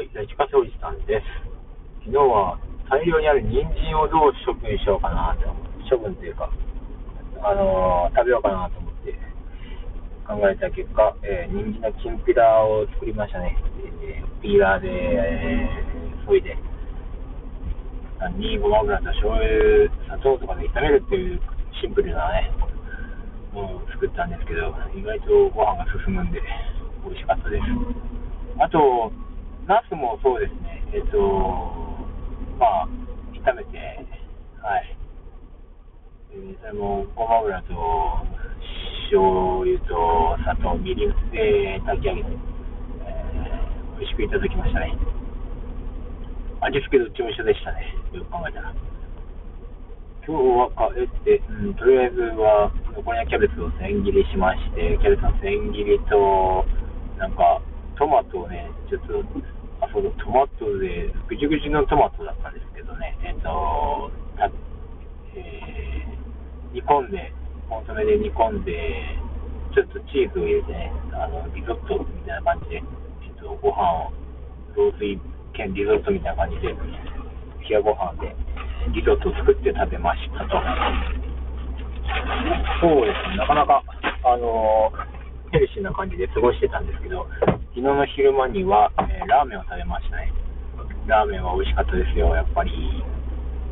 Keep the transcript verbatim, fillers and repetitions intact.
ちは市川おじさんです。昨日は大量にある人参をどう処分しようかなと、処分というか、あのー食べようかなと思って考えた結果、えー、人参のきんぴらを作りましたね。えーピーラーで、えー、削いで、にごま油と醤油、砂糖とかで炒めるっていうシンプルなね、ものを作ったんですけど、意外とご飯が進むんで美味しかったです。あと、ナスもそうですね、えっと、まあ、炒めて、はい、えーそれもごま油と醤油と砂糖、みりんで炊き上げて、えー美味しくいただきましたね。味付けどっちも一緒でしたね、よく考えたら。今日はかえって、うん、とりあえずは残りのキャベツを千切りしまして、キャベツの千切りと、なんかトマトをね、ちょっと、あ、そうだ、トマトで、ぐじゅぐじゅのトマトだったんですけどね、えっと、たえー煮込んで、コンソメで煮込んで、ちょっとチーズを入れてね、あのリゾットみたいな感じで、ちょっとご飯を、雑炊兼リゾットみたいな感じで、冷やご飯でリゾットを作って食べましたと。そうですね、なかなか、あのーヘルシーな感じで過ごしてたんですけど、昨日の昼間には、えーラーメンを食べましたね。ラーメンは美味しかったですよ、やっぱり。